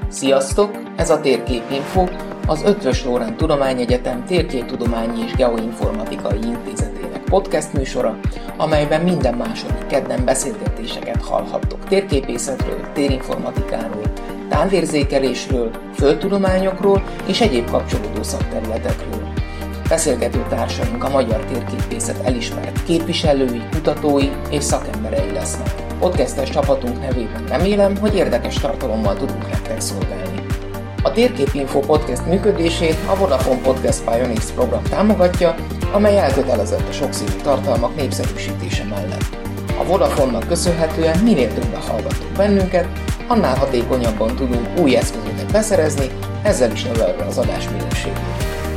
Sziasztok! Ez a Térképinfo, az Eötvös Loránd Tudományegyetem Térképtudományi és Geoinformatikai Intézetének podcast műsora, amelyben minden második kedden beszélgetéseket hallhattok térképészetről, térinformatikáról, távérzékelésről, földtudományokról és egyéb kapcsolódó szakterületekről. Beszélgető társaink a magyar térképészet elismert képviselői, kutatói és szakemberei lesznek. Podcastes csapatunk nevében remélem, hogy érdekes tartalommal tudunk nektek szolgálni. A Térképinfo podcast működését a Vodafone Podcast Pioneers program támogatja, amely elkötelezett a sokszínű tartalmak népszerűsítése mellett. A Vodafone-nak köszönhetően minél többen hallgattok bennünket, annál hatékonyabban tudunk új eszközöket beszerezni, ezzel is növelve az adás minőségét.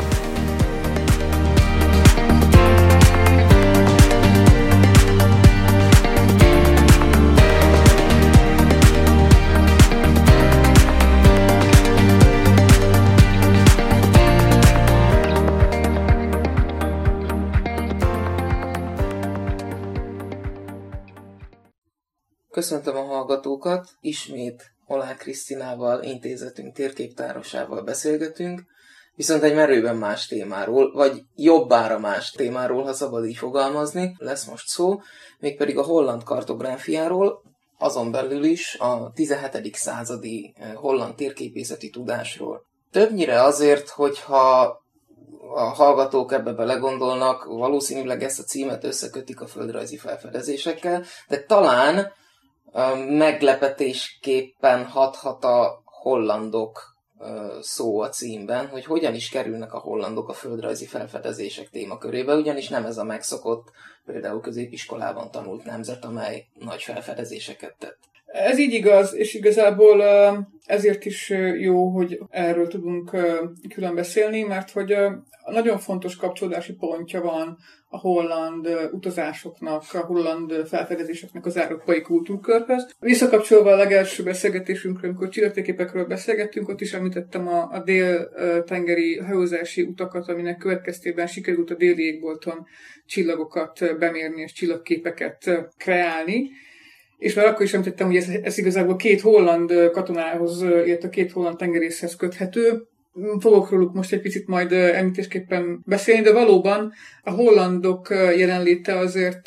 Köszöntöm a hallgatókat, ismét Olá Krisztinával, intézetünk térképtárosával beszélgetünk, viszont egy merőben más témáról, vagy jobbára más témáról, ha szabad így fogalmazni, lesz most szó, mégpedig a holland kartográfiáról, azon belül is a 17. századi holland térképészeti tudásról. Többnyire azért, hogyha a hallgatók ebbe belegondolnak, valószínűleg ezt a címet összekötik a földrajzi felfedezésekkel, de talán meglepetésképpen hathat a hollandok szó a címben, hogy hogyan is kerülnek a hollandok a földrajzi felfedezések témakörébe, ugyanis nem ez a megszokott, például középiskolában tanult nemzet, amely nagy felfedezéseket tett. Ez így igaz, és igazából ezért is jó, hogy erről tudunk külön beszélni, mert hogy nagyon fontos kapcsolódási pontja van a holland utazásoknak, a holland felfedezéseknek az európai kultúrkörhöz. Visszakapcsolva a legelső beszélgetésünkről, amikor csillagtérképekről beszélgettünk, ott is említettem a dél-tengeri hajózási utakat, aminek következtében sikerült a déli égbolton csillagokat bemérni és csillagképeket kreálni. És már akkor is említettem, hogy ez igazából két holland katonához, illetve két holland tengerészhez köthető. Fogok róluk most egy picit majd említésképpen beszélni, de valóban a hollandok jelenléte azért,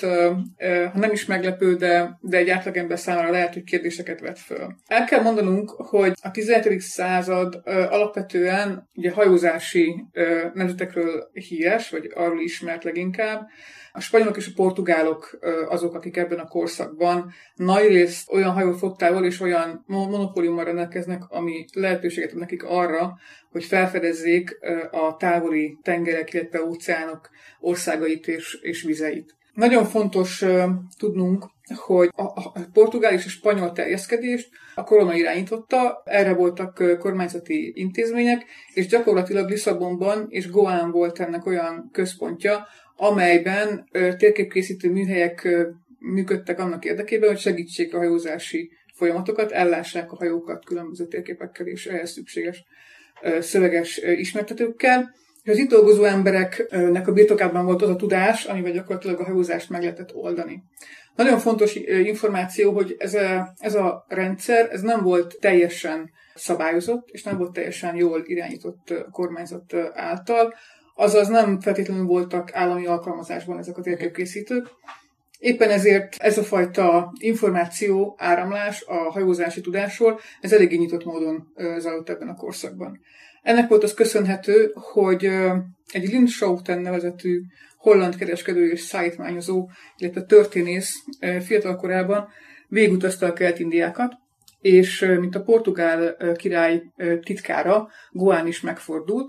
ha nem is meglepő, de egy átlagember számára lehet, hogy kérdéseket vet föl. El kell mondanunk, hogy a 17. század alapvetően ugye hajózási nemzetekről híres, vagy arról ismert leginkább. A spanyolok és a portugálok azok, akik ebben a korszakban nagyrészt olyan hajóflottával és olyan monopóliummal rendelkeznek, ami lehetőséget ad nekik arra, hogy felfedezzék a távoli tengerek, illetve óceánok országait és vizeit. Nagyon fontos tudnunk, hogy a portugál és a spanyol terjeszkedést a korona irányította, erre voltak kormányzati intézmények, és gyakorlatilag Lisszabonban és Goán volt ennek olyan központja, amelyben térképkészítő műhelyek működtek annak érdekében, hogy segítsék a hajózási folyamatokat, ellássák a hajókat különböző térképekkel és ehhez szükséges szöveges ismertetőkkel. És az itt dolgozó embereknek a birtokában volt az a tudás, amivel gyakorlatilag a hajózást meg lehetett oldani. Nagyon fontos információ, hogy ez a rendszer ez nem volt teljesen szabályozott, és nem volt teljesen jól irányított kormányzat által, azaz nem feltétlenül voltak állami alkalmazásban ezek a térképkészítők. Éppen ezért ez a fajta információ, áramlás a hajózási tudásról, ez eléggé nyitott módon zajlott ebben a korszakban. Ennek volt az köszönhető, hogy egy Linschoten nevezetű holland kereskedő és szállítmányozó, illetve történész fiatalkorában végigutazta a Kelet-Indiákat, és mint a portugál király titkára, Goán is megfordult,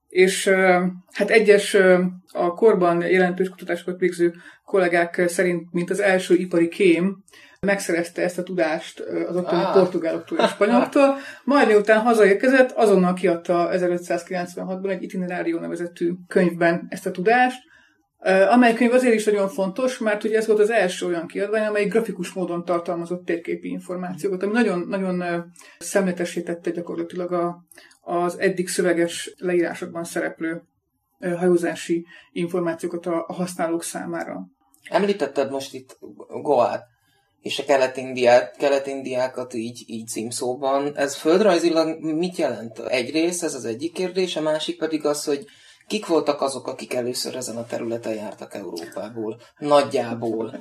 és hát egyes a korban jelentős kutatásokat végző kollégák szerint, mint az első ipari kém, megszerezte ezt a tudást az ottani portugáloktól és spanyoloktól, majd miután hazaérkezett, azonnal kiadta 1596-ban egy Itinerárió nevezetű könyvben ezt a tudást, amely könyv azért is nagyon fontos, mert ugye ez volt az első olyan kiadvány, amely grafikus módon tartalmazott térképi információkat, ami nagyon szemléletessé tette gyakorlatilag az eddig szöveges leírásokban szereplő hajózási információkat a használók számára. Említetted most itt Goát. és a kelet-indiákat így címszóban. Ez földrajzilag mit jelent? Egyrészt ez az egyik kérdés, a másik pedig az, hogy kik voltak azok, akik először ezen a területen jártak Európából? Nagyjából.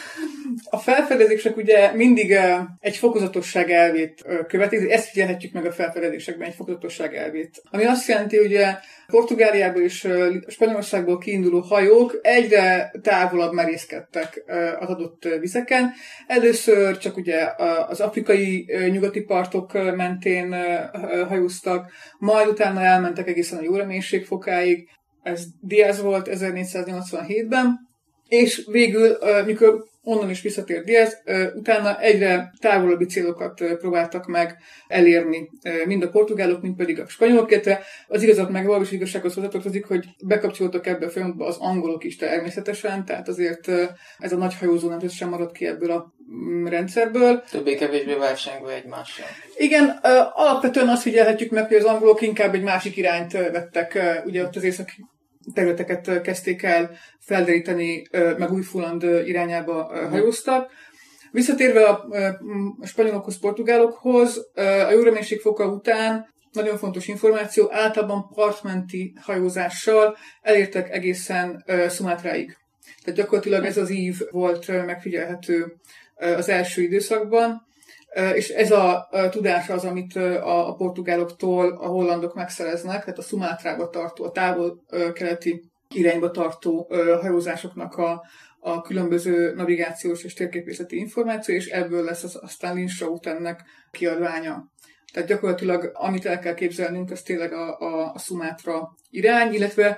A felfedezések ugye mindig egy fokozatosság elvét követik, ezt figyelhetjük meg a felfedezésekben, egy fokozatosság elvét. Ami azt jelenti, hogy ugye Portugáliából és Spanyolországból kiinduló hajók egyre távolabb merészkedtek az adott vizeken. Először csak ugye az afrikai nyugati partok mentén hajóztak, majd utána elmentek egészen a jó reménységfokáig. Ez Diaz volt 1487-ben, és végül, mikor onnan is visszatért Diaz, utána egyre távolabbi célokat próbáltak meg elérni, mind a portugálok, mind pedig a spanyolok, illetve az igazat megvaló és igazsághoz hozzátartozik, hogy bekapcsolódtak ebbe a folyamatba az angolok is természetesen, tehát azért ez a nagy hajózó nemzetesen maradt ki ebből a rendszerből. Többé-kevésbé versengve egymással. Igen, alapvetően azt figyelhetjük meg, hogy az angolok inkább egy másik irányt vettek, ugye ott az északi területeket kezdték el felderíteni, meg Új-Fulland irányába hajóztak. Visszatérve a spanyolokhoz, portugálokhoz, a jó reménységfoka után nagyon fontos információ, általában partmenti hajózással elértek egészen Szumátráig. Tehát gyakorlatilag ez az ív volt megfigyelhető az első időszakban, és ez a tudás az, amit a portugáloktól a hollandok megszereznek, tehát a Szumátrába tartó, a távol-keleti irányba tartó hajózásoknak a különböző navigációs és térképészeti információ, és ebből lesz aztán Linstra-ennek kiadványa. Tehát gyakorlatilag, amit el kell képzelnünk, az tényleg a Szumátra irány, illetve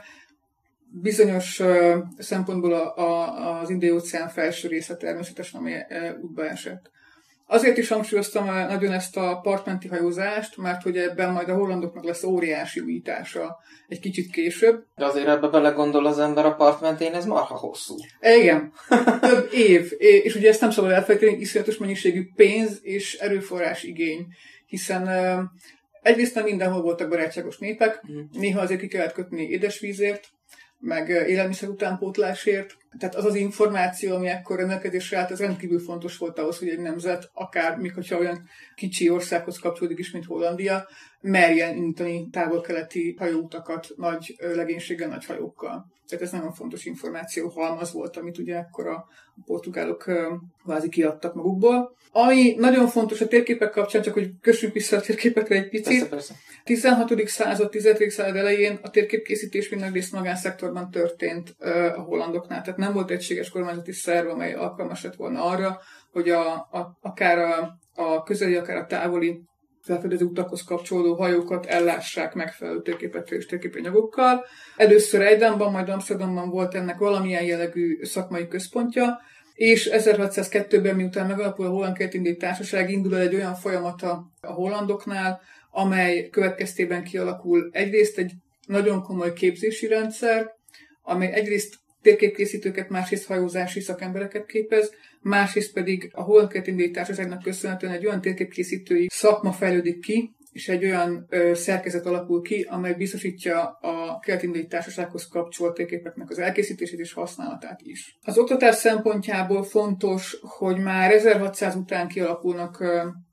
bizonyos szempontból az Indiai-óceán felső része természetesen, ami útba esett. Azért is hangsúlyoztam nagyon ezt a partmenti hajózást, mert hogy ebben majd a hollandoknak lesz óriási újítása egy kicsit később. De azért ebbe belegondol az ember a partmentén, ez marha hosszú. Igen, több év. És ugye ezt nem szabad elfelejteni, iszonyatos mennyiségű pénz és erőforrás igény, hiszen egyrészt nem mindenhol voltak barátságos népek, néha azért ki kellett kötni édesvízért, meg élelmiszer utánpótlásért. Tehát az az információ, ami ekkor rendelkezésre állt, ez rendkívül fontos volt ahhoz, hogy egy nemzet, akár még hogyha olyan kicsi országhoz kapcsolódik is, mint Hollandia, merjen indítani távol-keleti hajóutakat nagy legénységgel, nagy hajókkal. Tehát ez nagyon fontos információ halmaz volt, amit ugye ekkor a portugálok kvázi kiadtak magukból. Ami nagyon fontos a térképek kapcsán, csak hogy kössünk vissza a térképekre egy picit. Persze. 16. század, 17. század elején a térképkészítés mindennagyrészt magánszektorban történt a hollandoknál. Tehát nem volt egységes kormányzati szerv, amely alkalmas lett volna arra, hogy akár a közeli, akár a távoli felfedező utakhoz kapcsolódó hajókat ellássák megfelelő térképekkel és térképanyagokkal. Először Eidenban, majd Amsterdamban volt ennek valamilyen jellegű szakmai központja, és 1602-ben, miután megalapul a Holland Kelet-Indiai Társaság, indul el egy olyan folyamata a hollandoknál, amely következtében kialakul egyrészt egy nagyon komoly képzési rendszer, amely egyrészt térképkészítőket, másrészt hajózási szakembereket képez, másrészt pedig a Holland Kelet-Indiai Társaságnak köszönhetően egy olyan térképkészítői szakma fejlődik ki, és egy olyan szerkezet alakul ki, amely biztosítja a Kelet-Indiai Társasághoz kapcsolt térképeknek az elkészítését és használatát is. Az oktatás szempontjából fontos, hogy már 1600 után kialakulnak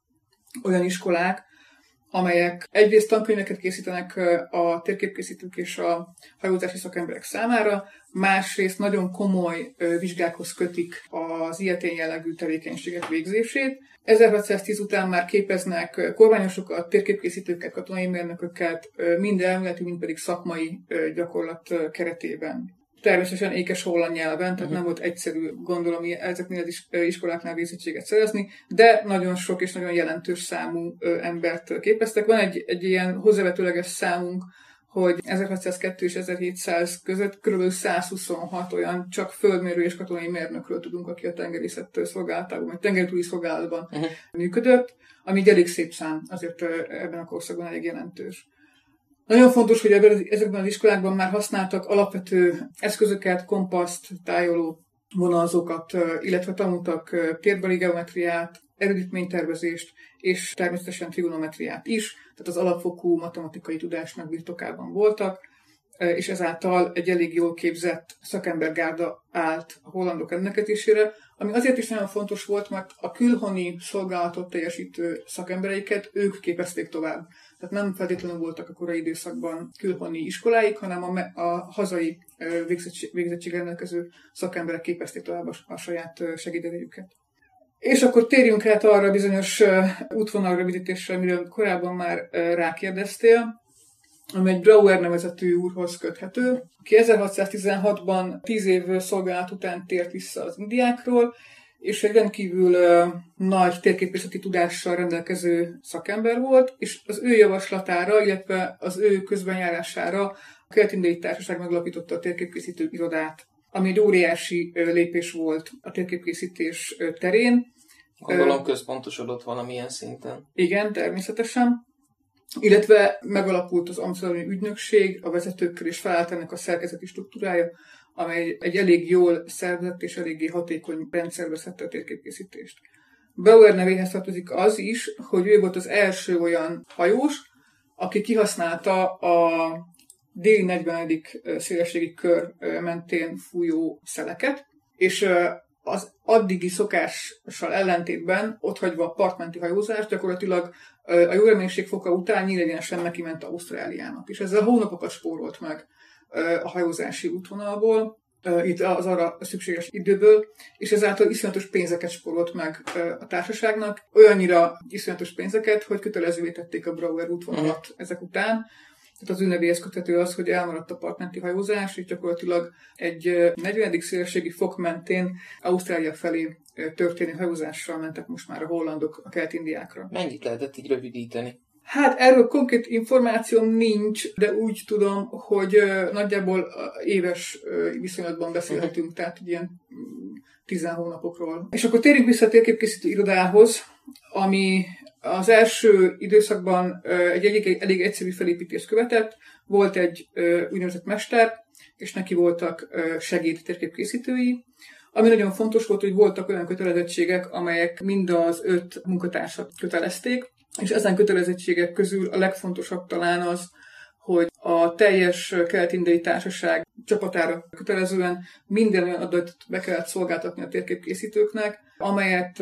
olyan iskolák, amelyek egyrészt tankönyveket készítenek a térképkészítők és a hajózási szakemberek számára, másrészt nagyon komoly vizsgákhoz kötik az ilyetén jellegű tevékenységek végzését. 1610 után már képeznek kormányosokat, térképkészítőket, katonai mérnököket, mind elméleti, mind pedig szakmai gyakorlat keretében. Természetesen ékes holland nyelven, tehát nem volt egyszerű, gondolom, ezeknél az iskoláknál végzettséget szerezni, de nagyon sok és nagyon jelentős számú embert képeztek. Van egy ilyen hozzávetőleges számunk, hogy 1602 és 1700 között kb. 126 olyan csak földmérő és katonai mérnökről tudunk, aki a tengerészet szolgálatában, vagy tengeritúri szolgálatban működött, ami egy elég szép szám, azért ebben a korszakban elég jelentős. Nagyon fontos, hogy ezekben az iskolákban már használtak alapvető eszközöket, kompaszt, tájoló vonalzókat, illetve tanultak térbeli geometriát, erődítménytervezést és természetesen trigonometriát is, tehát az alapfokú matematikai tudásnak birtokában voltak, és ezáltal egy elég jól képzett szakembergárda állt a hollandok rendelkezésére, ami azért is nagyon fontos volt, mert a külhoni szolgálatot teljesítő szakembereiket ők képezték tovább. Tehát nem feltétlenül voltak a korai időszakban külhoni iskoláik, hanem a hazai végzettség rendelkező szakemberek képezték tovább a saját segéderejüket. És akkor térjünk át arra a bizonyos útvonal rövidítésre, amiről korábban már rákérdeztél, ami egy Brouwer nevezetű úrhoz köthető, aki 1616-ban 10 év szolgálat után tért vissza az Indiákról, és egy rendkívül nagy térképészeti tudással rendelkező szakember volt, és az ő javaslatára, illetve az ő közbenjárására a Kelet-Indiai Társaság megalapította a térképkészítő irodát, ami egy óriási lépés volt a térképkészítés terén. Gondolom központosodott valamilyen szinten. Igen, természetesen. Illetve megalapult az Amsterdami Ügynökség, a vezetőkkel is felállt ennek a szerkezeti struktúrája, amely egy elég jól szervezett és eléggé hatékony rendszerbe szedte a térképkészítést. Brouwer nevéhez tartozik az is, hogy ő volt az első olyan hajós, aki kihasználta a déli 40. szélességi kör mentén fújó szeleket, és az addigi szokással ellentétben, otthagyva a partmenti hajózást, gyakorlatilag a jó reménység foka után nyílegyenesen neki ment Ausztráliának. És ezzel hónapokat spórolt meg a hajózási útvonalból, itt az arra szükséges időből, és ezáltal iszonyatos pénzeket spórolt meg a társaságnak, olyannyira iszonyatos pénzeket, hogy kötelezővé tették a Brouwer útvonalat ezek után. Tehát az ő nevéhez köthető az, hogy elmaradt a partmenti hajózás, és gyakorlatilag egy 40. szélességi fok mentén Ausztrália felé történő hajózással mentek most már a hollandok a Kelet-Indiákra. Mennyit lehetett így rövidíteni? Hát erről konkrét információm nincs, de úgy tudom, hogy nagyjából éves viszonylatban beszélhetünk, tehát ilyen 10 hónapokról. És akkor térjünk vissza a térképkészítő irodához, ami az első időszakban egy elég egyszerű felépítést követett. Volt egy úgynevezett mester, és neki voltak segéd térképkészítői. Ami nagyon fontos volt, hogy voltak olyan kötelezettségek, amelyek mind az 5 munkatársat kötelezték, és ezen kötelezettségek közül a legfontosabb talán az, hogy a teljes Kelet-Indiai Társaság csapatára kötelezően minden olyan adatot be kellett szolgáltatni a térképkészítőknek, amelyet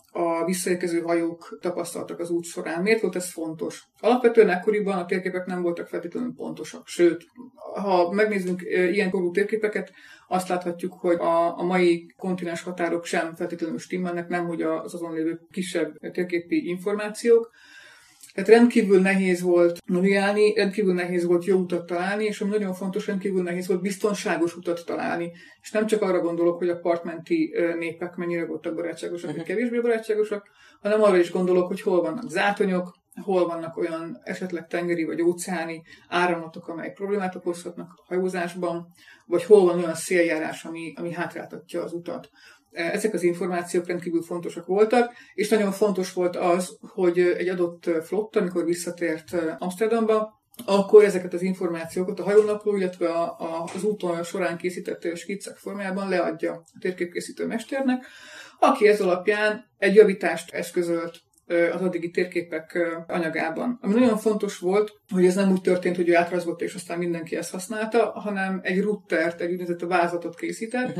a visszaérkező hajók tapasztaltak az út során. Miért volt ez fontos? Alapvetően ekkoriban a térképek nem voltak feltétlenül pontosak, sőt, ha megnézzünk ilyen korú térképeket, azt láthatjuk, hogy a mai kontinens határok sem feltétlenül stimmelnek, nemhogy az azon lévő kisebb térképi információk. Tehát rendkívül nehéz volt navigálni, rendkívül nehéz volt jó utat találni, és ami nagyon fontos, rendkívül nehéz volt biztonságos utat találni. És nem csak arra gondolok, hogy a partmenti népek mennyire voltak barátságosak, vagy kevésbé barátságosak, hanem arra is gondolok, hogy hol vannak zátonyok, hol vannak olyan esetleg tengeri vagy óceáni áramlatok, amelyek problémát okozhatnak a hajózásban, vagy hol van olyan széljárás, ami hátráltatja az utat. Ezek az információk rendkívül fontosak voltak, és nagyon fontos volt az, hogy egy adott flotta, amikor visszatért Amsterdamba, akkor ezeket az információkat a hajónapló, illetve az úton során készített skiccek formájában leadja a térképkészítő mesternek, aki ez alapján egy javítást eszközölt az addigi térképek anyagában. Ami nagyon fontos volt, hogy ez nem úgy történt, hogy ő átrajzolta, és aztán mindenki ezt használta, hanem egy ruttert, egy úgynevezett vázatot készített,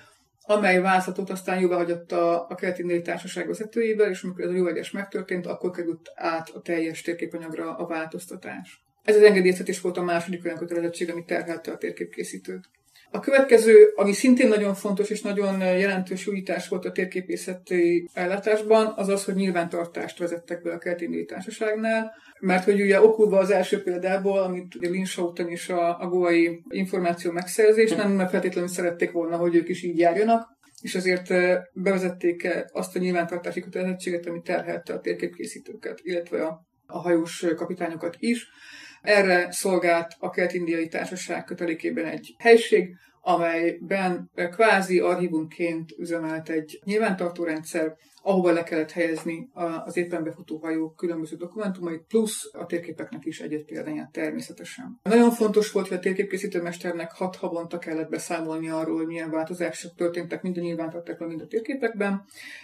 amely vázlatot aztán jóváhagyatta a Kelet-Indiai Társaság vezetőjével, és amikor ez a jóváhagyás megtörtént, akkor került át a teljes térképanyagra a változtatás. Ez az engedélyeztetés volt a második olyan kötelezettség, ami terhelte a térképkészítőt. A következő, ami szintén nagyon fontos és nagyon jelentős újítás volt a térképészeti ellátásban, az az, hogy nyilvántartást vezettek be a Kelet-Indiai Társaságnál, mert hogy ugye okulva az első példából, amit Linschoten és a goai információ megszerzés, nem feltétlenül szerették volna, hogy ők is így járjanak, és ezért bevezették azt a nyilvántartási kötelezettséget, ami terhelte a térképkészítőket, illetve a hajós kapitányokat is. Erre szolgált a Kelet-Indiai Társaság kötelékében egy helység, amelyben kvázi archívumként üzemelt egy nyilvántartórendszer, ahova le kellett helyezni az éppen befutó hajók különböző dokumentumait, plusz a térképeknek is egy-egy példányát természetesen. Nagyon fontos volt, hogy a térképkészítőmesternek 6 havonta kellett beszámolni arról, hogy milyen változások történtek mind a nyilvántartókban, mind a térképekben,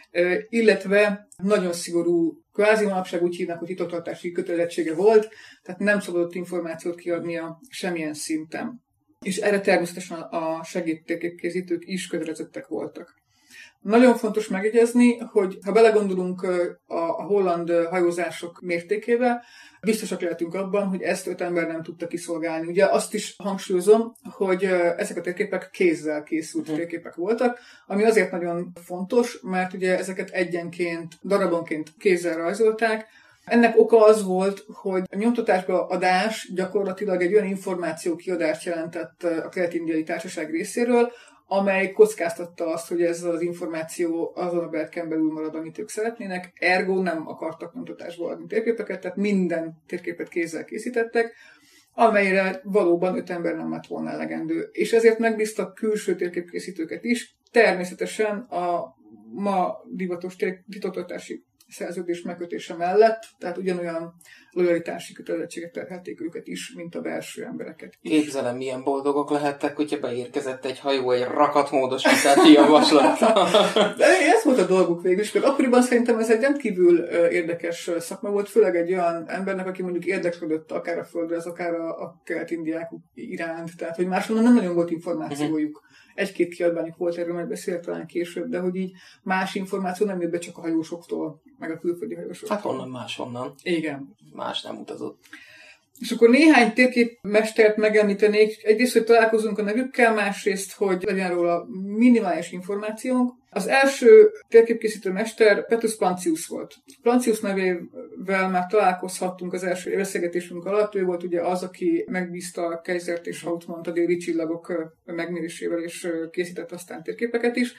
illetve nagyon szigorú, kvázi manapság úgy hívnak, hogy titoktartási kötelezettsége volt, tehát nem szabadott információt kiadnia semmilyen szinten. És erre természetesen a segédtérképkészítők is kötelezettek voltak. Nagyon fontos megjegyezni, hogy ha belegondolunk a holland hajózások mértékébe, biztosak lehetünk abban, hogy ezt 5 ember nem tudta kiszolgálni. Ugye azt is hangsúlyozom, hogy ezek a térképek kézzel készült térképek voltak, ami azért nagyon fontos, mert ugye ezeket egyenként, darabonként kézzel rajzolták. Ennek oka az volt, hogy a nyomtatásba adás gyakorlatilag egy olyan információ kiadást jelentett a Kelet-Indiai Társaság részéről, amely kockáztatta azt, hogy ez az információ azon a berken belül marad, amit ők szeretnének, ergo nem akartak nyomtatásba adni térképeket, tehát minden térképet kézzel készítettek, amelyre valóban 5 ember nem lett volna elegendő. És ezért megbíztak külső térképkészítőket is, természetesen a ma divatos titoktartási szerződés megkötése mellett, tehát ugyanolyan lojalitási kötelezettséget terhelték őket is, mint a belső embereket is. Képzelem, milyen boldogok lehettek, hogyha beérkezett egy hajó egy rakatmódosítási javaslattal. De ez volt a dolguk végül is, mert akkoriban szerintem ez egy rendkívül érdekes szakma volt, főleg egy olyan embernek, aki mondjuk érdeklődött akár a földre, akár a kelet-indiák iránt, tehát hogy máshonnan nem nagyon volt információjuk. Egy-két kiadványuk volt, erről majd beszélt talán később, de hogy így más információ nem jött be csak a hajósoktól, meg a külföldi hajósoktól. Hát onnan máshonnan. Igen. Más nem utazott. És akkor néhány térképmestert megemlítenék. Egyrészt, hogy találkozunk a nevükkel, másrészt, hogy legyen róla minimális információnk. Az első térképkészítő mester Petrus Plancius volt. Plancius nevével már találkozhattunk az első beszélgetésünk alatt. Ő volt ugye az, aki megbízta a Keizert és Hauptmannt a déli csillagok megmérésével, és készített aztán térképeket is.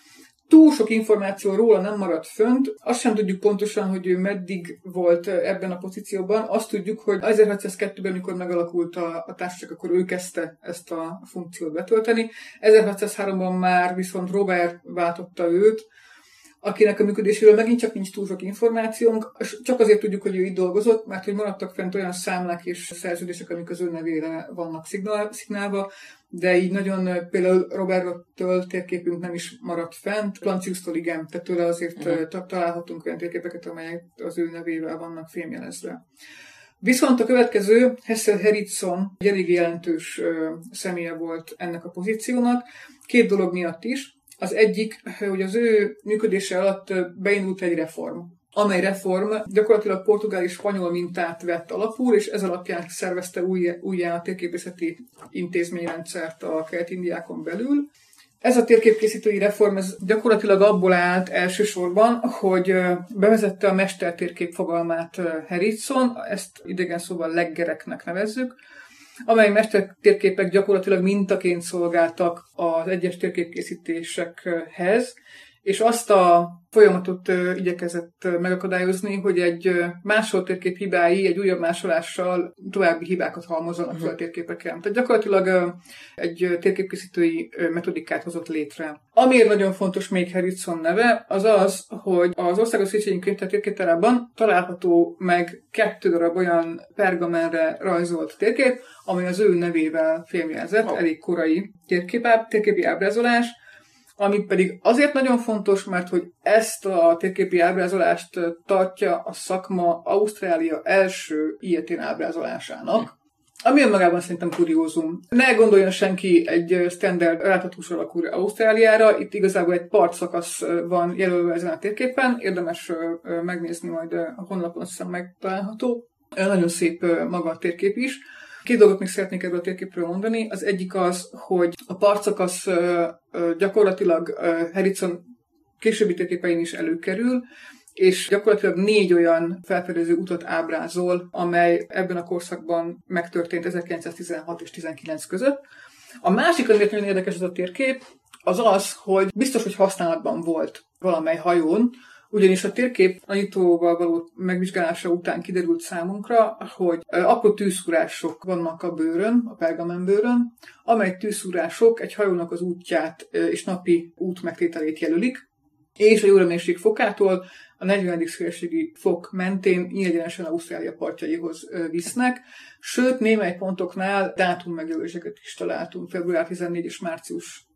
Túl sok információ róla nem maradt fönt, azt sem tudjuk pontosan, hogy ő meddig volt ebben a pozícióban. Azt tudjuk, hogy 1602-ben, amikor megalakult a társaság, akkor ő kezdte ezt a funkciót betölteni. 1603-ban már viszont Robert váltotta őt, akinek a működéséről megint csak nincs túl sok információnk, csak azért tudjuk, hogy ő itt dolgozott, mert hogy maradtak fent olyan számlák és szerződések, amik az ő nevére vannak szignálva, de így nagyon például Roberttől térképünk nem is maradt fent, Planciustól igen, tehát tőle azért találhatunk olyan térképeket, amelyek az ő nevével vannak fémjelezve. Viszont a következő, Hessel Herritzson, egy elég jelentős személye volt ennek a pozíciónak, 2 dolog miatt is. Az egyik, hogy az ő működése alatt beindult egy reform, amely reform gyakorlatilag portugál és spanyol mintát vett alapul, és ez alapján szervezte újjá a térképészeti intézményrendszert a Kelet-Indiákon belül. Ez a térképkészítői reform ez gyakorlatilag abból állt elsősorban, hogy bevezette a mestertérkép fogalmát Herritzson, ezt idegen szóval leggereknek nevezzük, amely mestertérképek gyakorlatilag mintaként szolgáltak az egyes térképkészítésekhez, és azt a folyamatot igyekezett megakadályozni, hogy egy másolt térkép hibái egy újabb másolással további hibákat halmozzanak fel a térképeken. Tehát gyakorlatilag egy térképkészítői metodikát hozott létre. Amiért nagyon fontos még Herritzson neve, az az, hogy az Országos Széchenyi Könyvtár térképtárában található meg 2 darab olyan pergamenre rajzolt térkép, ami az ő nevével fémjelzett, elég korai térképi ábrázolás, ami pedig azért nagyon fontos, mert hogy ezt a térképi ábrázolást tartja a szakma Ausztrália első ilyetén ábrázolásának, ami önmagában szerintem kuriózum. Ne gondoljon senki egy standard rátatús alakú Ausztráliára, itt igazából egy partszakasz van jelölve ezen a térképen, érdemes megnézni, majd a honlapon aztán megtalálható. Nagyon szép maga a térkép is. 2 dolgot még szeretnék ebből a térképről mondani. Az egyik az, hogy a partszakasz gyakorlatilag Herritzson későbbi térképein is előkerül, és gyakorlatilag 4 olyan felfedező utat ábrázol, amely ebben a korszakban megtörtént 1916 és 19 között. A másik, azért nagyon érdekes ez a térkép, az az, hogy biztos, hogy használatban volt valamely hajón, ugyanis a térkép nagyítóval való megvizsgálása után kiderült számunkra, hogy apró tűszúrások vannak a bőrön, a pergamenbőrön, amely tűszúrások egy hajónak az útját és napi út megtételét jelölik, és a jóreménység fokától a 40. szélességi fok mentén nyílegyenesen Ausztrália partjaihoz visznek, sőt, némely pontoknál dátummegjelöléseket is találtunk, február 14 és március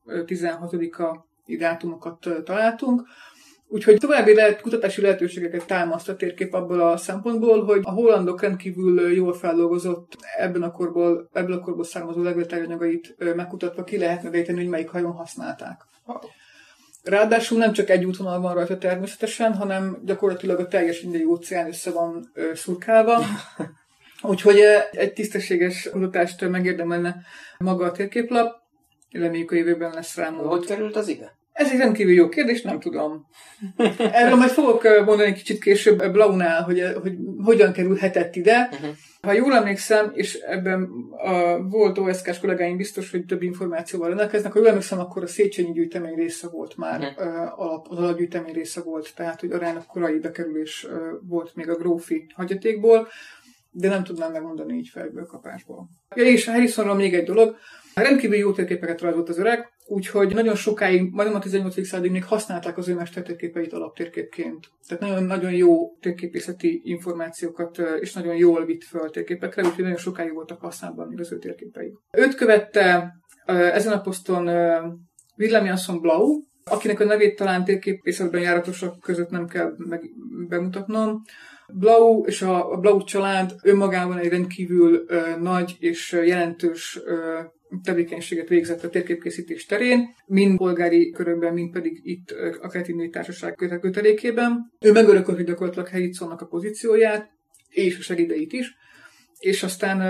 16-a dátumokat találtunk. Úgyhogy további kutatási lehetőségeket támaszt a térkép abból a szempontból, hogy a hollandok rendkívül jól feldolgozott ebből a korból származó levéltárgyanyagait megkutatva ki lehetne véteni, hogy melyik hajón használták. Ráadásul nem csak egy útvonal van rajta természetesen, hanem gyakorlatilag a teljes Indiai óceán össze van szurkálva. Úgyhogy egy tisztességes kutatást megérdemelne maga a térképlap. Reméljük a jövőben lesz rá mód. Hogy került az ide? Ez egy rendkívül jó kérdés, nem tudom. Erről majd fogok mondani kicsit később Blaunál, hogy hogyan kerülhetett ide. Ha jól emlékszem, és ebben volt OSK-s kollégáim biztos, hogy több információval rendelkeznek, ha jól emlékszem, akkor a Széchenyi gyűjtemény része volt már, az alapgyűjtemény része volt, tehát hogy aránylag korai bekerülés volt még a grófi hagyatékból, de nem tudnám megmondani így fejből kapásból. Ja, és a Harrisonról még egy dolog. Rendkívül jó térképeket rajzolt az öreg, úgyhogy nagyon sokáig, majdnem a 18. századig még használták az ő mestertérképeit alaptérképként. Tehát nagyon-nagyon jó térképészeti információkat és nagyon jól vitt föl térképekre, úgyhogy nagyon sokáig voltak használatban még az ő térképei. Őt követte ezen a poszton Willem Jansson Blau, akinek a nevét talán térképészetben járatosak között nem kell bemutatnom. Blau és a Blau család önmagában egy rendkívül nagy és jelentős tevékenységet végzett a térképkészítés terén, mind polgári körökben, mind pedig itt a Kelet-Indiai Társaság kötelékében. Ő megörökölte gyakorlatilag Harrisonnak a pozícióját, és a segédeit is, és aztán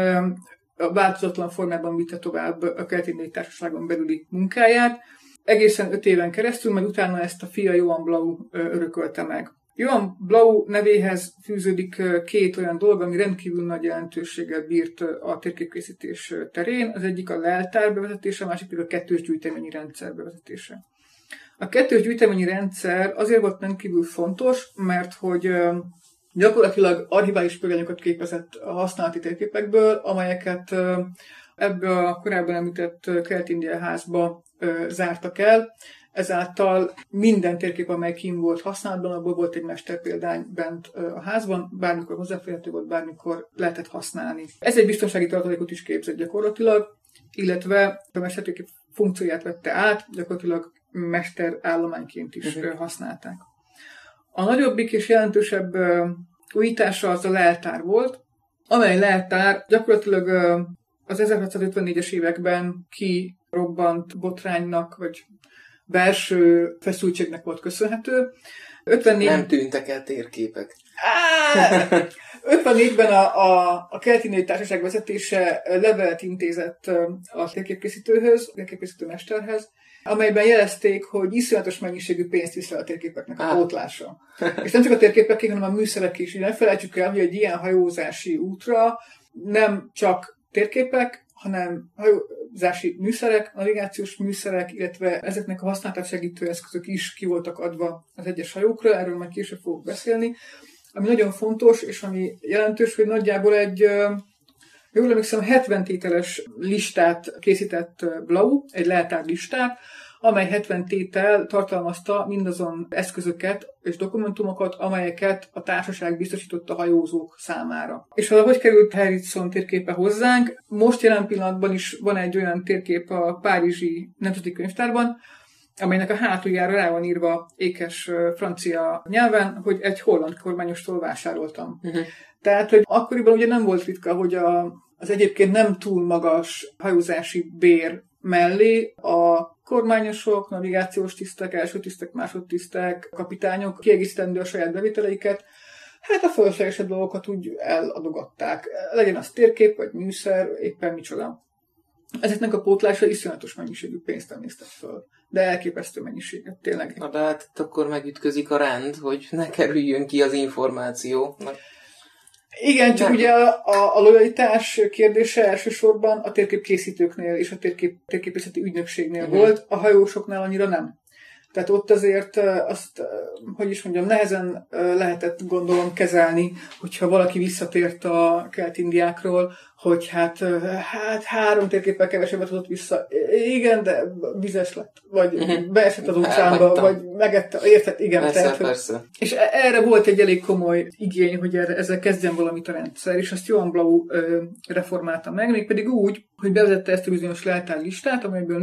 a változatlan formában vitte tovább a Kelet-Indiai Társaságon belüli munkáját, egészen 5 éven keresztül, majd utána ezt a fia Johan Blau örökölte meg. Johan Blau nevéhez fűződik 2 olyan dolog, ami rendkívül nagy jelentőséggel bírt a térképkészítés terén. Az egyik a leltár bevezetése, a másik pedig a kettős gyűjteményi rendszer bevezetése. A kettős gyűjteményi rendszer azért volt rendkívül fontos, mert hogy gyakorlatilag archivális példányokat képezett a használati térképekből, amelyeket ebbe a korábban említett Kelet-India házba zártak el. Ezáltal minden térkép, amely kim volt használatban, abból volt egy mesterpéldány bent a házban, bármikor hozzáférhető volt, bármikor lehetett használni. Ez egy biztonsági tartalékot is képzett gyakorlatilag, illetve a mestertérkép funkcióját vette át, gyakorlatilag mesterállományként is használták. A nagyobbik és jelentősebb újítása az a leltár volt, amely leltár gyakorlatilag az 1654-es években kirobbant botránynak, vagy belső feszültségnek volt köszönhető. 54... Nem tűntek el térképek. 54-ben a Kelet-Indiai Társaság vezetése levelet intézett a térképkészítő mesterhez, amelyben jelezték, hogy iszonyatos mennyiségű pénzt viszel a térképeknek a pótlása. És nem csak a térképek, hanem a műszerek is. Ne felejtsük el, hogy egy ilyen hajózási útra nem csak térképek, hanem hajózási műszerek, navigációs műszerek, illetve ezeknek a használatát segítő eszközök is ki voltak adva az egyes hajókra, erről majd később fogok beszélni. Ami nagyon fontos, és ami jelentős, hogy nagyjából egy, jól emlékszem, 70 tételes listát készített Blau, egy leltár listát, amely 70 tétel tartalmazta mindazon eszközöket és dokumentumokat, amelyeket a társaság biztosított a hajózók számára. És hogy került Harrison térképe hozzánk? Most jelen pillanatban is van egy olyan térkép a Párizsi Nemzeti Könyvtárban, amelynek a hátuljára rá van írva ékes francia nyelven, hogy egy holland kormányostól vásároltam. Tehát, hogy akkoriban ugye nem volt ritka, hogy az egyébként nem túl magas hajózási bér mellé a kormányosok, navigációs tisztek, első tisztek, másodtisztek, kapitányok kiegészítendő a saját bevételeiket, hát a fölöslegesebb dolgokat úgy eladogatták. Legyen az térkép, vagy műszer, éppen micsoda. Ezeknek a pótlása iszonyatos mennyiségű pénzt emésztett föl. De elképesztő mennyiséget, tényleg. Na de hát akkor megütközik a rend, hogy ne kerüljön ki az információ. Igen, csak nem. Ugye a lojalitás kérdése elsősorban a térképkészítőknél és a térképészeti ügynökségnél volt, a hajósoknál annyira nem. Tehát ott azért azt, hogy is mondjam, nehezen lehetett gondolom kezelni, hogyha valaki visszatért a Kelet-Indiákról, hogy hát 3 térképpel kevesebbet hozott vissza. Igen, de vizes lett, vagy beesett az utcába, vagy megette, érted? Igen. Persze. És erre volt egy elég komoly igény, hogy ezzel kezdjen valamit a rendszer, és azt Johan Blau reformálta meg, mégpedig úgy, hogy bevezette ezt a bizonyos leltárlistát, amelyből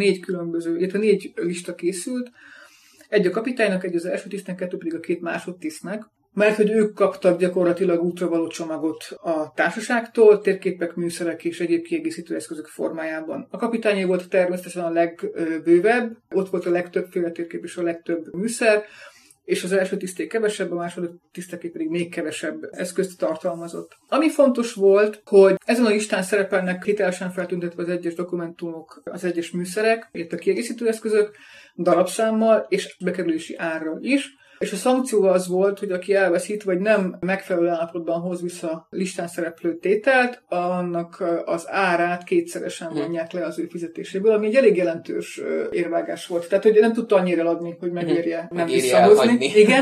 4 lista készült, egy a kapitánynak, egy az első tisztnek, 2 pedig a 2 másodtisztnek. mert hogy ők kaptak gyakorlatilag útravaló csomagot a társaságtól, térképek, műszerek és egyéb kiegészítő eszközök formájában. A kapitányé volt természetesen a legbővebb, ott volt a legtöbbféle térkép és a legtöbb műszer, és az első tiszték kevesebb, a második tiszteké pedig még kevesebb eszközt tartalmazott. Ami fontos volt, hogy ezen a listán szerepelnek hitelesen feltüntetve az egyes dokumentumok, az egyes műszerek, illetve a kiegészítő eszközök, darabszámmal és bekerülési árral is. És a szankció az volt, hogy aki elveszít, vagy nem megfelelő állapotban hoz vissza listán szereplő tételt, annak az árát kétszeresen vonják le az ő fizetéséből, ami egy elég jelentős érvágás volt. Tehát, hogy nem tudta annyira eladni, hogy megérje nem visszahozni. Igen.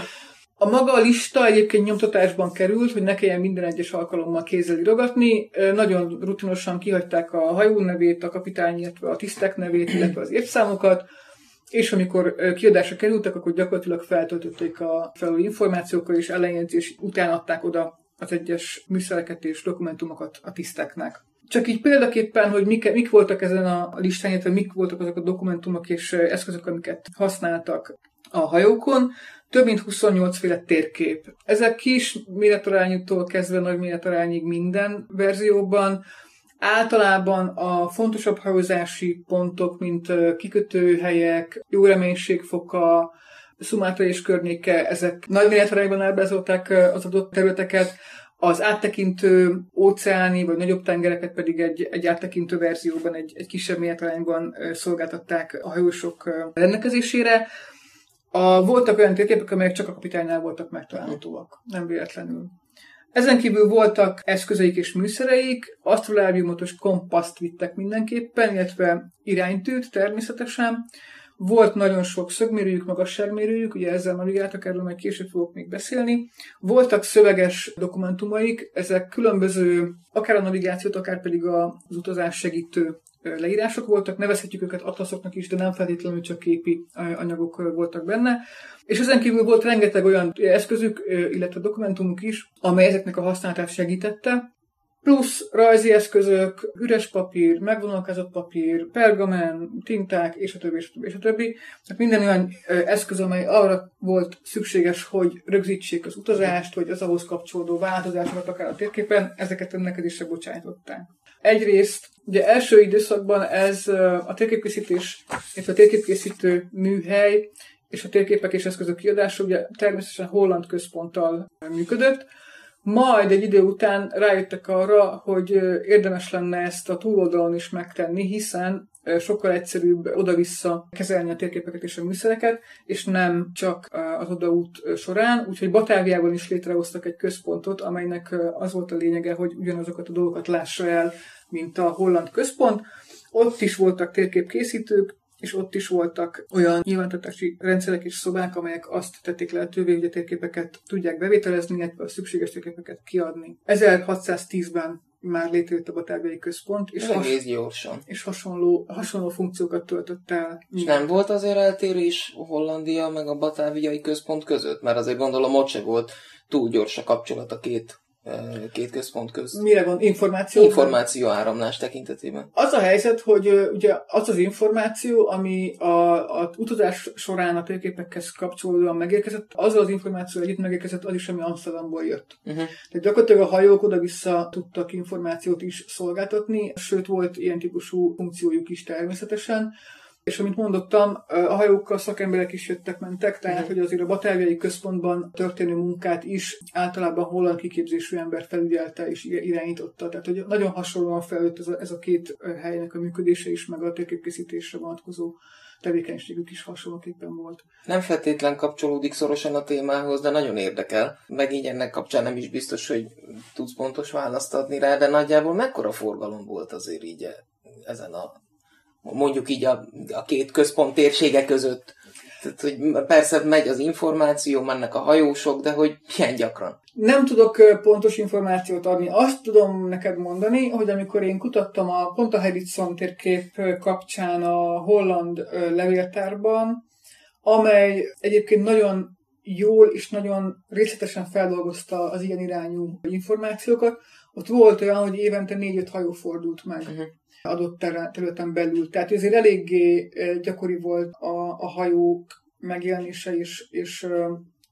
A maga a lista egyébként nyomtatásban került, hogy ne kelljen minden egyes alkalommal kézzel írogatni. Nagyon rutinosan kihagyták a hajó nevét, a kapitány, illetve a tisztek nevét, illetve az évszámokat, és amikor kiadásra kerültek, akkor gyakorlatilag feltöltötték a felelő információkkal, és ellenjegyzés után adták oda az egyes műszereket és dokumentumokat a tiszteknek. Csak így példaképpen, hogy mik voltak ezen a listán, illetve mik voltak azok a dokumentumok és eszközök, amiket használtak a hajókon, több mint 28 féle térkép. Ezek kis méretarányútól kezdve nagy méretarányig minden verzióban. Általában a fontosabb hajózási pontok, mint kikötőhelyek, jó reménységfoka, Szumátra és környéke, ezek nagy méretarányban ábrázolták az adott területeket, az áttekintő óceáni vagy nagyobb tengereket pedig egy áttekintő verzióban, egy kisebb méretarányban szolgáltatták a hajósok rendelkezésére. Voltak olyan térképek, amelyek csak a kapitánynál voltak megtalálhatóak, nem véletlenül. Ezen kívül voltak eszközeik és műszereik, asztrolábiumot, kompaszt vittek mindenképpen, illetve iránytűt természetesen. Volt nagyon sok szögmérőjük, magasságmérőjük, ugye ezzel navigáltak, erről majd később fogok még beszélni. Voltak szöveges dokumentumaik, ezek különböző, akár a navigációt, akár pedig az utazás segítő leírások voltak, nevezhetjük őket atlaszoknak is, de nem feltétlenül csak képi anyagok voltak benne. És ezen kívül volt rengeteg olyan eszközük, illetve dokumentumuk is, amely ezeknek a használatát segítette. Plusz rajzi eszközök, üres papír, megvonalkázott papír, pergamen, tinták, és a többi, és a többi, és a többi. Tehát minden olyan eszköz, amely arra volt szükséges, hogy rögzítsék az utazást, vagy az ahhoz kapcsolódó változásokat akár a térképen, ezeket rendelkezésre bocsájtották. Egyrészt, ugye első időszakban ez a térképkészítés, illetve a térképkészítő műhely és a térképek és eszközök kiadása ugye természetesen holland központtal működött, majd egy idő után rájöttek arra, hogy érdemes lenne ezt a túloldalon is megtenni, hiszen sokkal egyszerűbb oda-vissza kezelni a térképeket és a műszereket, és nem csak az odaút során. Úgyhogy Batáviában is létrehoztak egy központot, amelynek az volt a lényege, hogy ugyanazokat a dolgokat lássa el, mint a holland központ. Ott is voltak térképkészítők, és ott is voltak olyan nyilvántartási rendszerek és szobák, amelyek azt tették lehetővé, hogy a térképeket tudják bevételezni, illetve a szükséges térképeket kiadni. 1610-ben már létrejött a Batáviai Központ, és, egész gyorsan. És hasonló funkciókat töltött el. És nem volt azért eltérés Hollandia meg a Batáviai Központ között? Mert azért gondolom ott se volt túl gyors a kapcsolat a két központ közt. Mire van? Információ áramlás tekintetében. Az a helyzet, hogy ugye az az információ, ami a utazás során a térképekhez kapcsolódóan megérkezett, az az információ együtt megérkezett, az is, ami Amsterdamból jött. Tehát gyakorlatilag a hajók oda-vissza tudtak információt is szolgáltatni, sőt volt ilyen típusú funkciójuk is természetesen. És amint mondottam, a hajókkal szakemberek is jöttek-mentek, tehát hogy azért a Batáviai Központban történő munkát is általában holland kiképzésű ember felügyelte és irányította. Tehát hogy nagyon hasonlóan felült ez a két helynek a működése is, meg a térképkészítésre vonatkozó tevékenységük is hasonlóképpen volt. Nem feltétlen kapcsolódik szorosan a témához, de nagyon érdekel. Meg így ennek kapcsán nem is biztos, hogy tudsz pontos választ adni rá, de nagyjából mekkora forgalom volt azért így ezen mondjuk így a két központ térsége között. Tehát, hogy persze megy az információ, mennek a hajósok, de hogy milyen gyakran? Nem tudok pontos információt adni. Azt tudom neked mondani, hogy amikor én kutattam pont a Henriksson térkép kapcsán a holland levéltárban, amely egyébként nagyon jól és nagyon részletesen feldolgozta az ilyen irányú információkat, ott volt olyan, hogy évente 4-5 hajó fordult meg. Adott területen belül. Tehát azért eléggé gyakori volt a hajók megjelenése és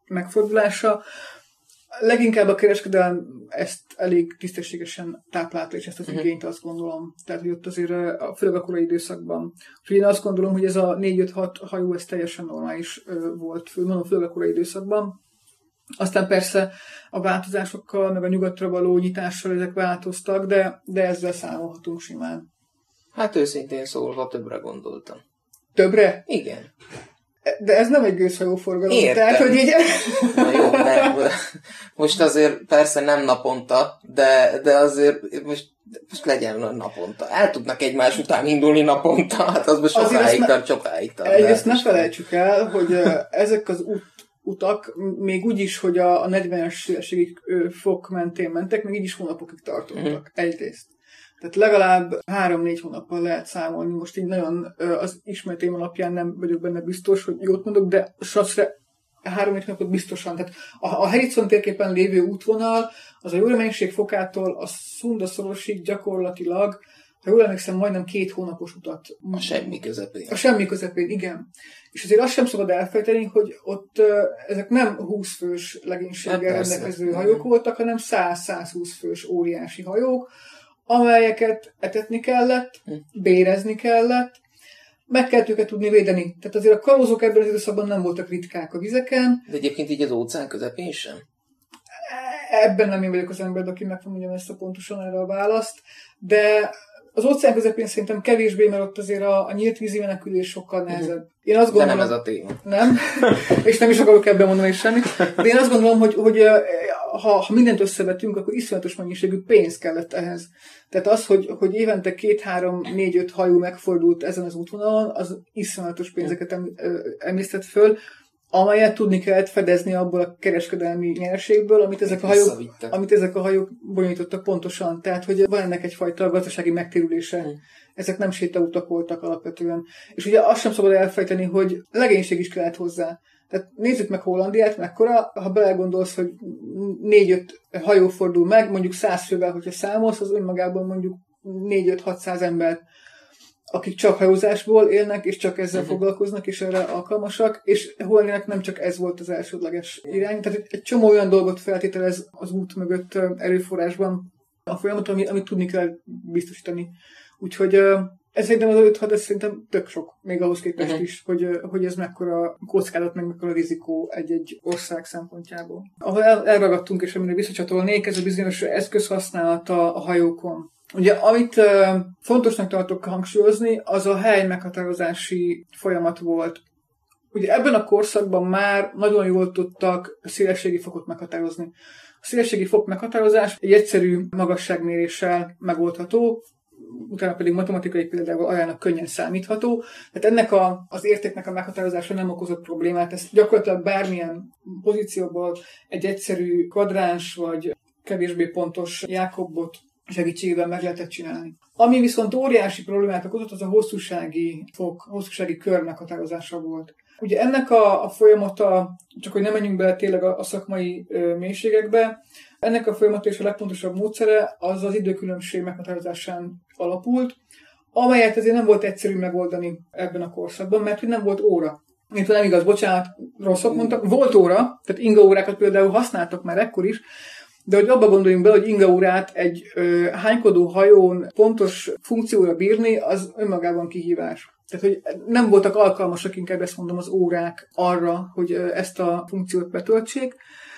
megfordulása. Leginkább a kereskedelem ezt elég tisztességesen táplálta, és ezt az igényt azt gondolom. Tehát, hogy ott azért főleg a korai időszakban. Úgyhogy én azt gondolom, hogy ez a 4-5-6 hajó, ez teljesen normális volt, főleg a korai időszakban. Aztán persze a változásokkal, meg a nyugatra való nyitással ezek változtak, de ezzel számolhatunk simán. Hát őszintén szólva többre gondoltam. Többre? Igen. De ez nem egy gőzhajóforgalom. Értem. Tehát, hogy így... Na jó, nem. Most azért persze nem naponta, de azért most legyen naponta. El tudnak egymás után indulni naponta, hát az most sokáig tart. Egyrészt ne felejtsük el, hogy ezek az utak még úgy is, hogy a 40-es fok mentén mentek, még így is hónapokig tartottak. Egyrészt. Tehát legalább 3-4 hónappal lehet számolni. Most így nagyon az ismereteim alapján nem vagyok benne biztos, hogy jót mondok, de sasszre 3-4 hónapot biztosan. Tehát a Harrison térképen lévő útvonal, az a jó reménység fokától a Szunda-szorosig gyakorlatilag, ha jól emlékszem, majdnem 2 hónapos utat. A semmi közepén. A semmi közepén, igen. És azért azt sem szabad elfelejteni, hogy ott ezek nem 20 fős legénységgel rendelkező hajók voltak, hanem 100-120 fős óriási hajók, amelyeket etetni kellett, bérezni kellett, meg kellett őket tudni védeni. Tehát azért a kalózok ebben az időszakban nem voltak ritkák a vizeken. De egyébként így az óceán közepén sem? Ebben nem én vagyok az ember, aki meg fogja ezt a pontosan erre a választ, de az óceán közepén szerintem kevésbé, mert ott azért a nyílt vízi menekülés sokkal nehezebb. Én azt gondolom, de nem ez a téma. Nem, és nem is akarok ebben mondani semmit, de én azt gondolom, hogy ha mindent összevetünk, akkor iszonyatos mennyiségű pénz kellett ehhez. Tehát az, hogy évente 2-3-4-5 hajó megfordult ezen az útvonalon, az iszonyatos pénzeket emésztett föl, amelyet tudni kellett fedezni abból a kereskedelmi nyereségből, amit ezek a hajók bonyolítottak pontosan. Tehát, hogy van ennek egyfajta gazdasági megtérülése. Ezek nem sétautak voltak alapvetően. És ugye azt sem szabad elfejteni, hogy legénység is kellett hozzá. Tehát nézzük meg Hollandiát, mekkora, ha belegondolsz, hogy 4-5 hajó fordul meg, mondjuk 100 fővel, hogyha számolsz, az önmagában mondjuk 4-5-600 ember, akik csak hajózásból élnek, és csak ezzel foglalkoznak, és erre alkalmasak, és Hollandiának nem csak ez volt az elsődleges irány. Tehát egy csomó olyan dolgot feltételez az út mögött erőforrásban a folyamat, amit tudni kell biztosítani. Úgyhogy ez szerintem az 5-6, ez szerintem tök sok, még ahhoz képest is, hogy ez mekkora kockázat, meg mekkora rizikó egy ország szempontjából. Ahol elragadtunk, és amire visszacsatolnék, ez a bizonyos eszközhasználata a hajókon. Ugye, amit fontosnak tartok hangsúlyozni, az a hely meghatározási folyamat volt. Ugye ebben a korszakban már nagyon jól tudtak a szélességi fokot meghatározni. A szélességi fok meghatározás egy egyszerű magasságméréssel megoldható, utána pedig matematikai példával ajánlnak könnyen számítható. Tehát ennek az értéknek a meghatározása nem okozott problémát. Ezt gyakorlatilag bármilyen pozícióból egy egyszerű kvadráns vagy kevésbé pontos Jákobot segítségével meg lehetett csinálni. Ami viszont óriási problémát okozott, az a hosszúsági kör meghatározása volt. Ugye ennek a folyamata, csak hogy nem menjünk bele tényleg a szakmai mélységekbe, ennek a folyamata és a legfontosabb módszere az az időkülönbség meghatározásán alapult, amelyet azért nem volt egyszerű megoldani ebben a korszakban, mert hogy nem volt óra. Mint nem igaz, bocsánat, rosszat mondtam, volt óra, tehát ingaórákat például használtak már ekkor is, de hogy abba gondoljunk bele, hogy ingaórát egy hánykodó hajón pontos funkcióra bírni, az önmagában kihívás. Tehát, hogy nem voltak alkalmasak, inkább ezt mondom, az órák arra, hogy ezt a funkciót betöltsék.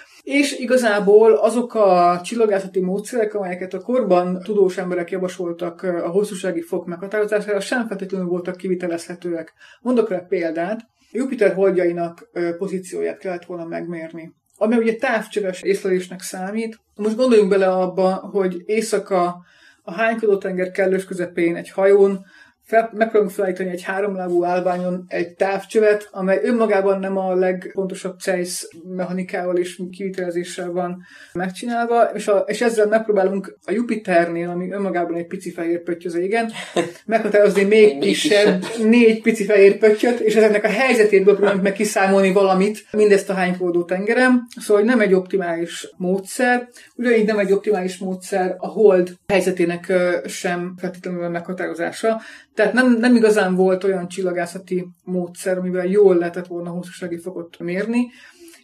És igazából azok a csillagászati módszerek, amelyeket a korban tudós emberek javasoltak a hosszúsági fok meghatározására, sem feltétlenül voltak kivitelezhetőek. Mondok rá példát, Jupiter holdjainak pozícióját kellett volna megmérni, ami ugye távcsöves észlelésnek számít. Most gondoljunk bele abba, hogy éjszaka a hánykodótenger kellős közepén egy hajón megpróbálunk felállítani egy 3-lábú állványon egy távcsövet, amely önmagában nem a legpontosabb Zeiss mechanikával és kivitelezéssel van megcsinálva, és ezzel megpróbálunk a Jupiternél, ami önmagában egy pici fehér pötty az égen, meghatározni még kisebb 4 pici fehér pöttyöt, és ezeknek a helyzetéből próbálunk meg kiszámolni valamit, mindezt a hánykódó tengeren. Szóval nem egy optimális módszer, ugyanígy nem egy optimális módszer a hold helyzetének sem feltétlenül meghatározása. Tehát nem igazán volt olyan csillagászati módszer, amivel jól lehetett volna hosszúsági fokot mérni,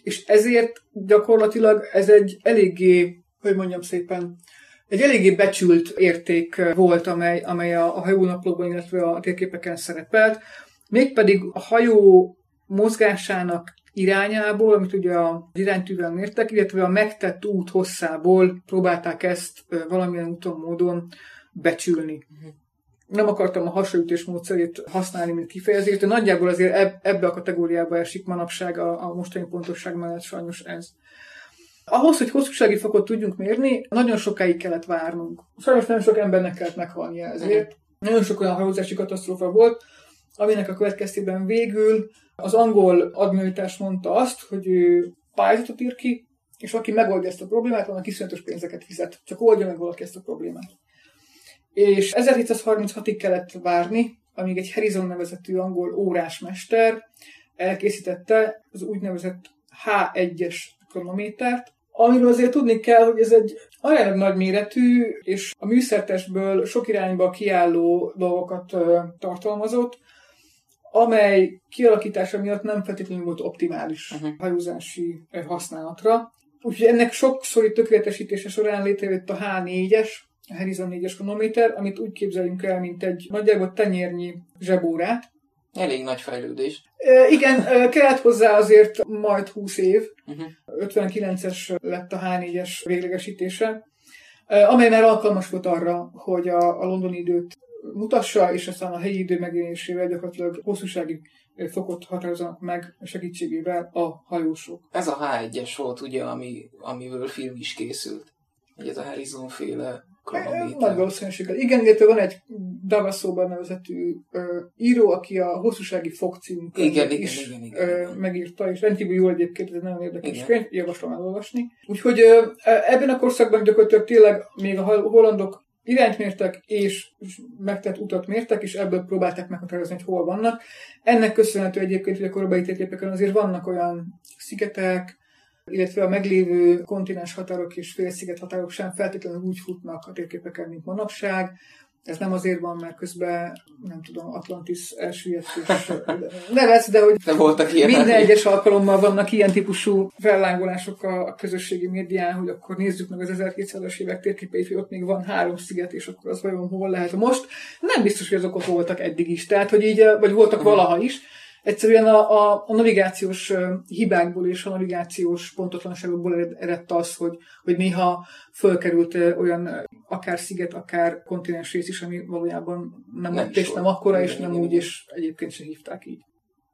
és ezért gyakorlatilag ez egy eléggé, hogy mondjam szépen, egy eléggé becsült érték volt, amely a hajónaplóban, illetve a térképeken szerepelt, mégpedig a hajó mozgásának irányából, amit ugye az iránytűvel mértek, illetve a megtett út hosszából próbálták ezt valamilyen úton, módon becsülni. Nem akartam a hasraütés módszerét használni, mint kifejezést, de nagyjából azért ebbe a kategóriába esik manapság a mostani pontosság mellett sajnos ez. Ahhoz, hogy hosszúsági fokot tudjunk mérni, nagyon sokáig kellett várnunk. Sajnos nagyon sok embernek kellett meghalnia ezért. Nagyon sok olyan hajózási katasztrófa volt, aminek a következtében végül az angol admiralitás mondta azt, hogy ő pályázatot ír ki, és aki megoldja ezt a problémát, annak iszonyatos pénzeket fizet. Csak oldja meg valaki ezt a problémát. És 1736-ig kellett várni, amíg egy Harrison nevezetű angol órásmester elkészítette az úgynevezett H1-es kronométert, amiről azért tudni kell, hogy ez egy aránylag nagy méretű, és a műszertestből sok irányba kiálló dolgokat tartalmazott, amely kialakítása miatt nem feltétlenül volt optimális hajózási használatra. Úgyhogy ennek sokszori tökéletesítése során létrejött a H4-es, a Harrison 4-es kronométer, amit úgy képzeljünk el, mint egy nagyjából tenyérnyi zsebórát. Elég nagy fejlődés. Igen, kellett hozzá azért majd 20 év. 59-es lett a H4-es véglegesítése, amely már alkalmas volt arra, hogy a londoni időt mutassa, és aztán a helyi idő megjelenésével gyakorlatilag hosszúsági fokot határozzanak meg segítségével a hajósok. Ez a H1-es volt ugye, amiből film is készült. Ugye ez a Harrison-féle kronométer. Nagy valószínűséggel. Igen, illetve van egy Davasóban nevezetű író, aki a hosszúsági fok című könyvet is megírta, és rendkívül jó egyébként, ez egy nagyon érdekes könyv, javaslom elolvasni. Úgyhogy ebben a korszakban gyakorlatilag tényleg még a hollandok irányt mértek, és megtett utat mértek, és ebből próbálták meghatározni, hogy hol vannak. Ennek köszönhető egyébként, hogy a korabeli térképeken azért vannak olyan szigetek, illetve a meglévő kontinens határok és félsziget határok sem feltétlenül úgy futnak a térképeken, mint manapság. Ez nem azért van, mert közben, nem tudom, Atlantis elsüllyedt, és nevetsz, de hogy minden egyes alkalommal vannak ilyen típusú fellángolások a közösségi médián, hogy akkor nézzük meg az 1700-as évek térképeit, hogy ott még van 3 sziget, és akkor az vajon hol lehet. Most nem biztos, hogy azok ott voltak eddig is, tehát, hogy így, vagy voltak valaha is. Egyszerűen a navigációs hibákból és a navigációs pontotlanságokból eredt az, hogy néha fölkerült olyan akár sziget, akár kontinens rész is, ami valójában nem ott és nem akkora, és nem úgy, és egyébként sem hívták így.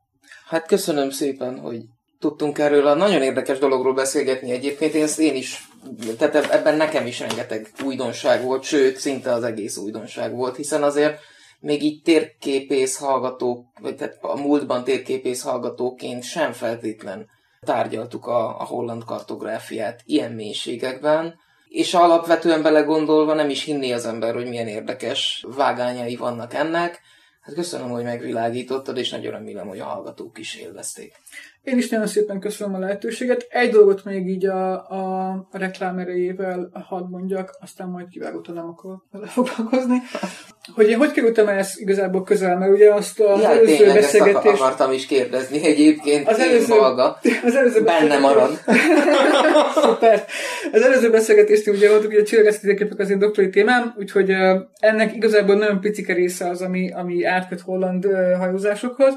Hát köszönöm szépen, hogy tudtunk erről a nagyon érdekes dologról beszélgetni egyébként. Én is, tehát ebben nekem is rengeteg újdonság volt, sőt, szinte az egész újdonság volt, hiszen azért még így térképész hallgatók, vagy tehát a múltban térképész hallgatóként sem feltétlen tárgyaltuk a holland kartográfiát ilyen mélységekben, és alapvetően belegondolva nem is hinné az ember, hogy milyen érdekes vágányai vannak ennek. Hát köszönöm, hogy megvilágítottad, és nagyon remélem, hogy a hallgatók is élvezték. Én is nagyon szépen köszönöm a lehetőséget. Egy dolgot még így a reklám erejével hadd mondjak, aztán majd kivágottan nem akarok vele foglalkozni. Hogy én hogy kerültem ezt igazából közel, mert ugye azt az előző beszélgetést... Ezt akartam is kérdezni egyébként, az előző, benne marad. Szuper. Az előző beszélgetést ugye voltunk, hogy a csillagászati térképek az én doktori témám, úgyhogy ennek igazából nagyon picike része az, ami átköt holland hajózásokhoz.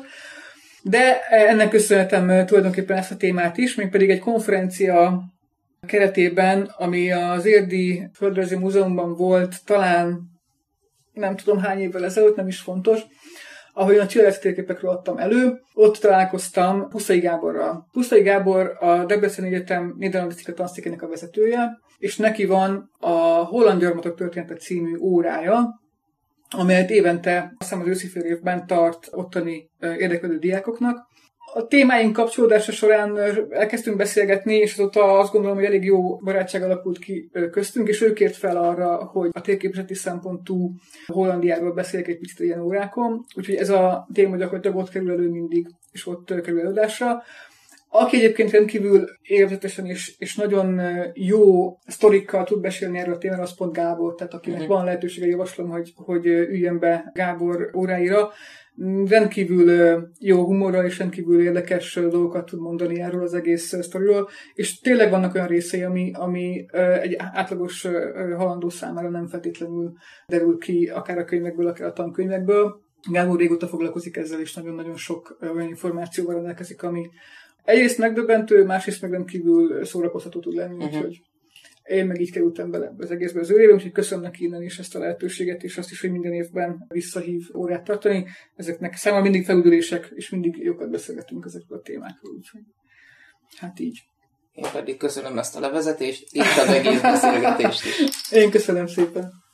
De ennek köszönhetem tulajdonképpen ezt a témát is, mégpedig egy konferencia keretében, ami az Érdi Földrajzi Múzeumban volt talán nem tudom hány évvel ezelőtt, nem is fontos, ahol a csillagászati térképekről adtam elő, ott találkoztam Pusztai Gáborral. Pusztai Gábor a Debreceni Egyetem Néderlandisztika tanszékének a vezetője, és neki van a Holland gyarmatok története című órája, amelyet évente, azt hiszem az őszi fél évben tart ottani érdeklődő diákoknak. A témáink kapcsolódása során elkezdtünk beszélgetni, és azóta azt gondolom, hogy elég jó barátság alakult ki köztünk, és ő kért fel arra, hogy a térképészeti szempontú Hollandiáról beszéljek egy picit ilyen órákon. Úgyhogy ez a téma gyakorlatilag ott kerül elő mindig, és ott kerül előadásra. Aki egyébként rendkívül élvezetesen és nagyon jó sztorikkal tud beszélni erről a témáról, az pont Gábor. Tehát akinek van lehetősége, javaslom, hogy üljön be Gábor óráira. rendkívül jó humorra és rendkívül érdekes dolgokat tud mondani erről az egész sztoriról, és tényleg vannak olyan részei, ami egy átlagos halandó számára nem feltétlenül derül ki, akár a könyvekből, akár a tankönyvekből. Gábor régóta foglalkozik ezzel, és nagyon-nagyon sok olyan információval rendelkezik, ami egyrészt megdöbbentő, másrészt meg rendkívül szórakoztató tud lenni, úgyhogy én meg így kerültem bele az egészbe az őrébe, úgyhogy köszönöm neki innen is ezt a lehetőséget, és azt is, hogy minden évben visszahív órát tartani. Ezeknek számomra mindig felüdülések, és mindig jókat beszélgetünk ezekről a témákról, úgyhogy hát így. Én pedig köszönöm ezt a levezetést, és az egész beszélgetést is. Én köszönöm szépen.